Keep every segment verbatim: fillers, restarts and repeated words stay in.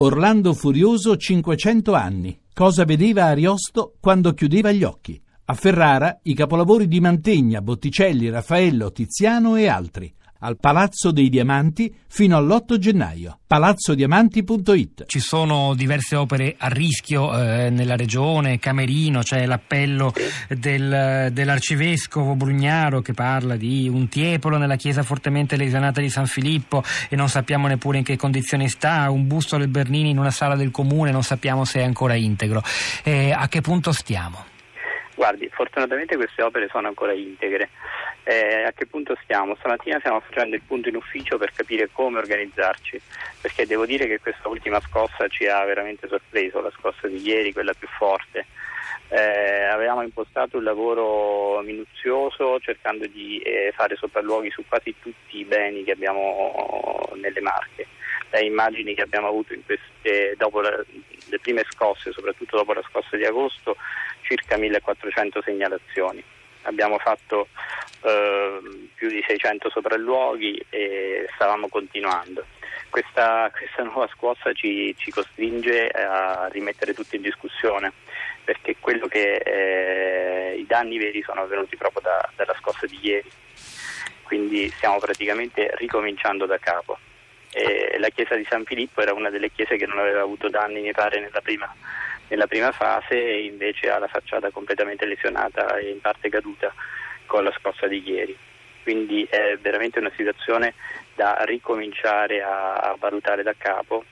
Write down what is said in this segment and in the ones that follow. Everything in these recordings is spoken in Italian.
Orlando Furioso cinquecento anni. Cosa vedeva Ariosto quando chiudeva gli occhi? A Ferrara i capolavori di Mantegna, Botticelli, Raffaello, Tiziano e altri. Al Palazzo dei Diamanti fino all'otto gennaio. palazzo diamanti punto it. Ci sono diverse opere a rischio eh, nella regione, Camerino, c'è l'appello del, dell'arcivescovo Brugnaro che parla di un tiepolo nella chiesa fortemente lesionata di San Filippo e non sappiamo neppure in che condizioni sta, un busto del Bernini in una sala del comune, non sappiamo se è ancora integro. Eh, a che punto stiamo? Guardi, fortunatamente queste opere sono ancora integre. Eh, a che punto stiamo? Stamattina stiamo facendo il punto in ufficio per capire come organizzarci, perché devo dire che questa ultima scossa ci ha veramente sorpreso, la scossa di ieri, quella più forte. Eh, avevamo impostato un lavoro minuzioso cercando di eh, fare sopralluoghi su quasi tutti i beni che abbiamo nelle Marche. Le immagini che abbiamo avuto in queste, dopo la, le prime scosse, soprattutto dopo la scossa di agosto, circa millequattrocento segnalazioni. Abbiamo fatto eh, più di seicento sopralluoghi e stavamo continuando. Questa, questa nuova scossa ci, ci costringe a rimettere tutto in discussione, perché quello che eh, i danni veri sono avvenuti proprio da, dalla scossa di ieri, quindi stiamo praticamente ricominciando da capo. E la chiesa di San Filippo era una delle chiese che non aveva avuto danni, mi pare, nella prima, nella prima fase, e invece ha la facciata completamente lesionata e in parte caduta con la scossa di ieri. Quindi è veramente una situazione da ricominciare a, a valutare da capo,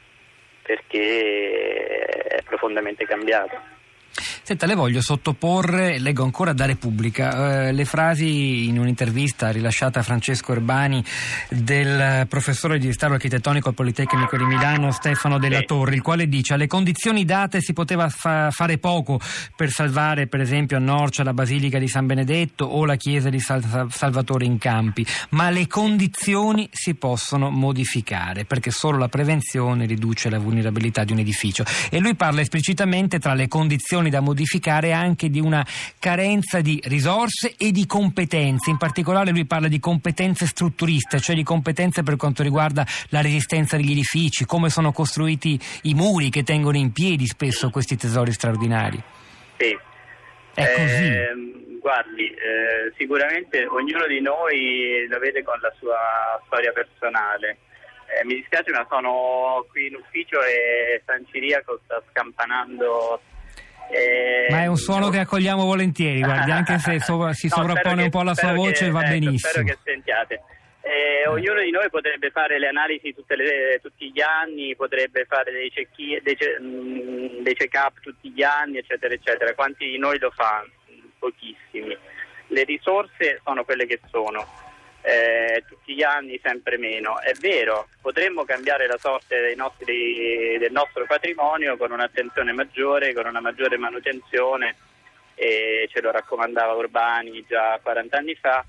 perché è profondamente cambiato. Senta, le voglio sottoporre, leggo ancora da Repubblica, eh, le frasi in un'intervista rilasciata a Francesco Urbani del professore di restauro architettonico al Politecnico di Milano Stefano Della Torre, il quale dice: alle condizioni date si poteva fa- fare poco per salvare per esempio a Norcia la Basilica di San Benedetto o la chiesa di Sal- Salvatore in Campi, ma le condizioni si possono modificare perché solo la prevenzione riduce la vulnerabilità di un edificio. E lui parla esplicitamente, tra le condizioni da modificare, anche di una carenza di risorse e di competenze. In particolare lui parla di competenze strutturiste, cioè di competenze per quanto riguarda la resistenza degli edifici, come sono costruiti i muri che tengono in piedi spesso questi tesori straordinari. Sì. È così. Eh, guardi, eh, sicuramente ognuno di noi lo vede con la sua storia personale. Eh, mi dispiace, ma sono qui in ufficio e San Ciriaco sta scampanando. Eh, Ma è un suono che accogliamo volentieri, guardi, anche se sovra- si no, sovrappone che, un po' alla sua voce, che, va ecco, benissimo. Spero che sentiate. Eh, ognuno di noi potrebbe fare le analisi tutte le, tutti gli anni, potrebbe fare dei, check- dei, ce- dei check-up tutti gli anni, eccetera, eccetera. Quanti di noi lo fanno? Pochissimi. Le risorse sono quelle che sono. Eh, tutti gli anni sempre meno. È vero, potremmo cambiare la sorte dei nostri, del nostro patrimonio con un'attenzione maggiore, con una maggiore manutenzione, e ce lo raccomandava Urbani già quaranta anni fa.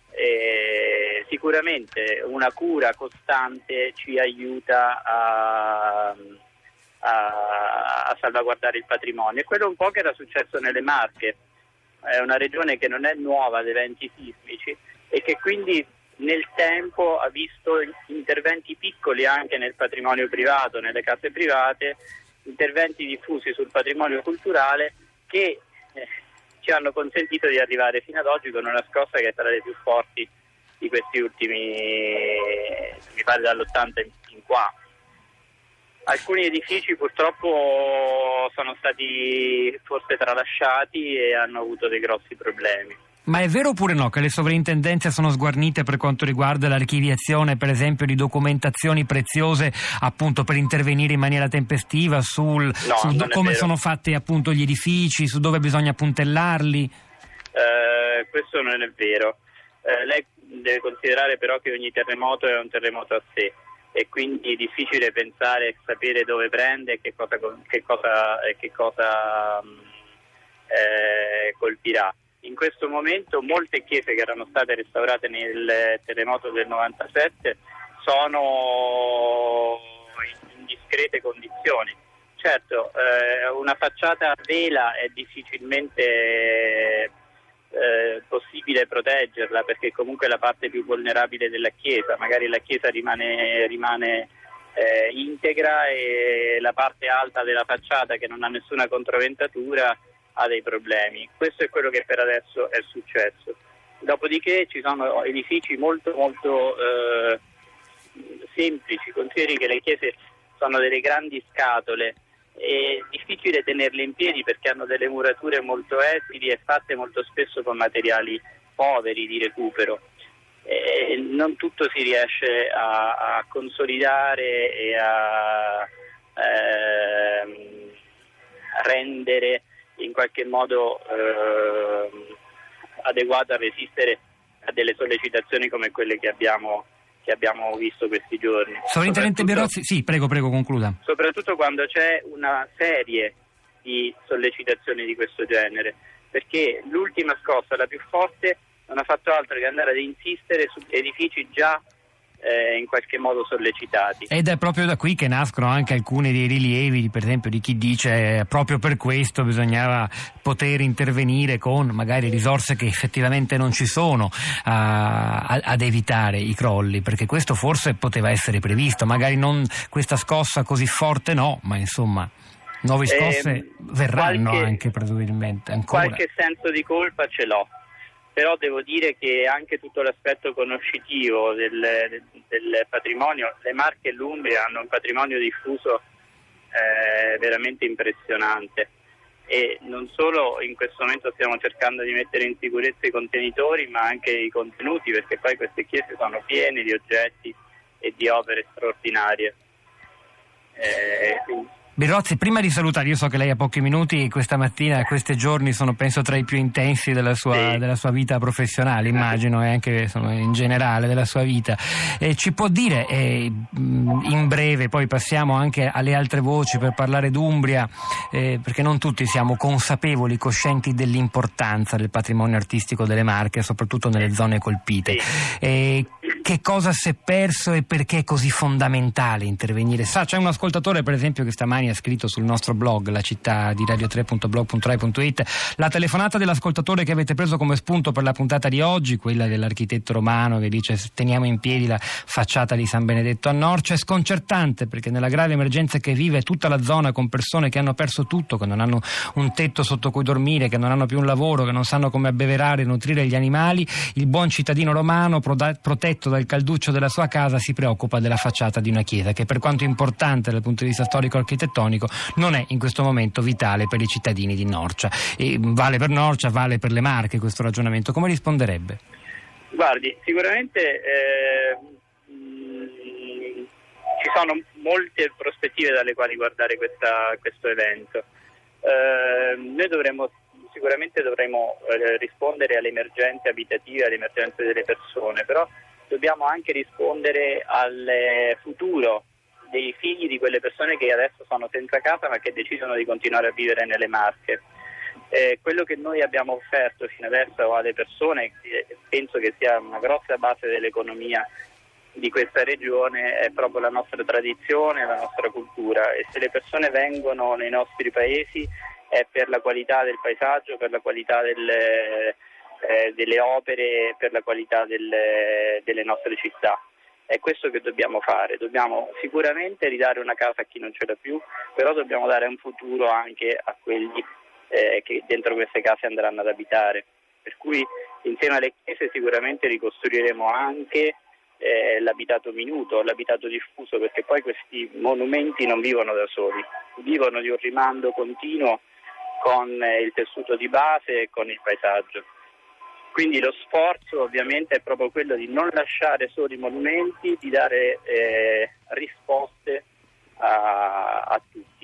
E sicuramente una cura costante ci aiuta a, a, a salvaguardare il patrimonio. E quello un po' che era successo nelle Marche. È una regione che non è nuova ad eventi sismici e che quindi nel tempo ha visto interventi piccoli anche nel patrimonio privato, nelle case private, interventi diffusi sul patrimonio culturale che eh, ci hanno consentito di arrivare fino ad oggi con una scossa che è tra le più forti di questi ultimi, mi pare dall'ottanta in qua. Alcuni edifici purtroppo sono stati forse tralasciati e hanno avuto dei grossi problemi. Ma è vero oppure no che le sovrintendenze sono sguarnite per quanto riguarda l'archiviazione, per esempio, di documentazioni preziose appunto per intervenire in maniera tempestiva sul, no, su do, come vero. sono fatti appunto gli edifici, su dove bisogna puntellarli? Eh, questo non è vero. Eh, lei deve considerare però che ogni terremoto è un terremoto a sé e quindi è difficile pensare e sapere dove prende e che cosa, che cosa, che cosa eh, colpirà. In questo momento molte chiese che erano state restaurate nel terremoto del novantasette sono in discrete condizioni. Certo, eh, una facciata a vela è difficilmente eh, possibile proteggerla perché comunque è la parte più vulnerabile della chiesa, magari la chiesa rimane, rimane eh, integra, e la parte alta della facciata, che non ha nessuna controventatura, ha dei problemi. Questo è quello che per adesso è successo. Dopodiché ci sono edifici molto molto eh, semplici. Consideri che le chiese sono delle grandi scatole, è difficile tenerle in piedi perché hanno delle murature molto esili e fatte molto spesso con materiali poveri di recupero. E non tutto si riesce a, a consolidare e a, eh, a rendere in qualche modo eh, adeguato a resistere a delle sollecitazioni come quelle che abbiamo che abbiamo visto questi giorni. Sovrintendente Birozzi, sì, prego, prego, concluda. Soprattutto quando c'è una serie di sollecitazioni di questo genere, perché l'ultima scossa, la più forte, non ha fatto altro che andare ad insistere su edifici già eh, in qualche modo sollecitati. Ed è proprio da qui che nascono anche alcuni dei rilievi, per esempio di chi dice eh, proprio per questo bisognava poter intervenire con magari risorse che effettivamente non ci sono a, a, ad evitare i crolli, perché questo forse poteva essere previsto, magari non questa scossa così forte no, ma insomma nuove scosse eh, verranno qualche, anche probabilmente ancora. Qualche senso di colpa ce l'ho. Però devo dire che anche tutto l'aspetto conoscitivo del, del, del patrimonio, le Marche e l'Umbria hanno un patrimonio diffuso eh, veramente impressionante, e non solo in questo momento stiamo cercando di mettere in sicurezza i contenitori, ma anche i contenuti, perché poi queste chiese sono piene di oggetti e di opere straordinarie. Eh, quindi... Birozzi, prima di salutare, io so che lei ha pochi minuti, questa mattina, questi giorni sono penso tra i più intensi della sua, sì. della sua vita professionale, immagino, e anche insomma, in generale della sua vita. Eh, ci può dire, eh, in breve, poi passiamo anche alle altre voci per parlare d'Umbria, eh, perché non tutti siamo consapevoli, coscienti dell'importanza del patrimonio artistico delle Marche, soprattutto nelle zone colpite. Sì. Eh, che cosa si è perso e perché è così fondamentale intervenire? Sa, c'è un ascoltatore per esempio che stamani ha scritto sul nostro blog, la città di radio tre punto blog punto rai punto it, la telefonata dell'ascoltatore che avete preso come spunto per la puntata di oggi, quella dell'architetto romano che dice teniamo in piedi la facciata di San Benedetto a Norcia, è sconcertante perché nella grave emergenza che vive tutta la zona, con persone che hanno perso tutto, che non hanno un tetto sotto cui dormire, che non hanno più un lavoro, che non sanno come abbeverare e nutrire gli animali, il buon cittadino romano protetto dal calduccio della sua casa si preoccupa della facciata di una chiesa che, per quanto importante dal punto di vista storico-architettonico, non è in questo momento vitale per i cittadini di Norcia. E vale per Norcia, vale per le Marche questo ragionamento. Come risponderebbe? Guardi, sicuramente eh, mh, ci sono molte prospettive dalle quali guardare questa, questo evento. Eh, noi dovremmo sicuramente dovremo eh, rispondere alle emergenze abitative, alle emergenze delle persone, però dobbiamo anche rispondere al futuro dei figli di quelle persone che adesso sono senza casa ma che decidono di continuare a vivere nelle Marche. Eh, quello che noi abbiamo offerto fino adesso alle persone, eh, penso che sia una grossa base dell'economia di questa regione, è proprio la nostra tradizione, la nostra cultura, e se le persone vengono nei nostri paesi è per la qualità del paesaggio, per la qualità delle Eh, delle opere, per la qualità delle, delle nostre città. È questo che dobbiamo fare, dobbiamo sicuramente ridare una casa a chi non ce l'ha più, però dobbiamo dare un futuro anche a quelli eh, che dentro queste case andranno ad abitare, per cui insieme alle chiese sicuramente ricostruiremo anche eh, l'abitato minuto, l'abitato diffuso, perché poi questi monumenti non vivono da soli, vivono di un rimando continuo con eh, il tessuto di base e con il paesaggio. Quindi lo sforzo ovviamente è proprio quello di non lasciare solo i monumenti, di dare eh, risposte a, a tutti.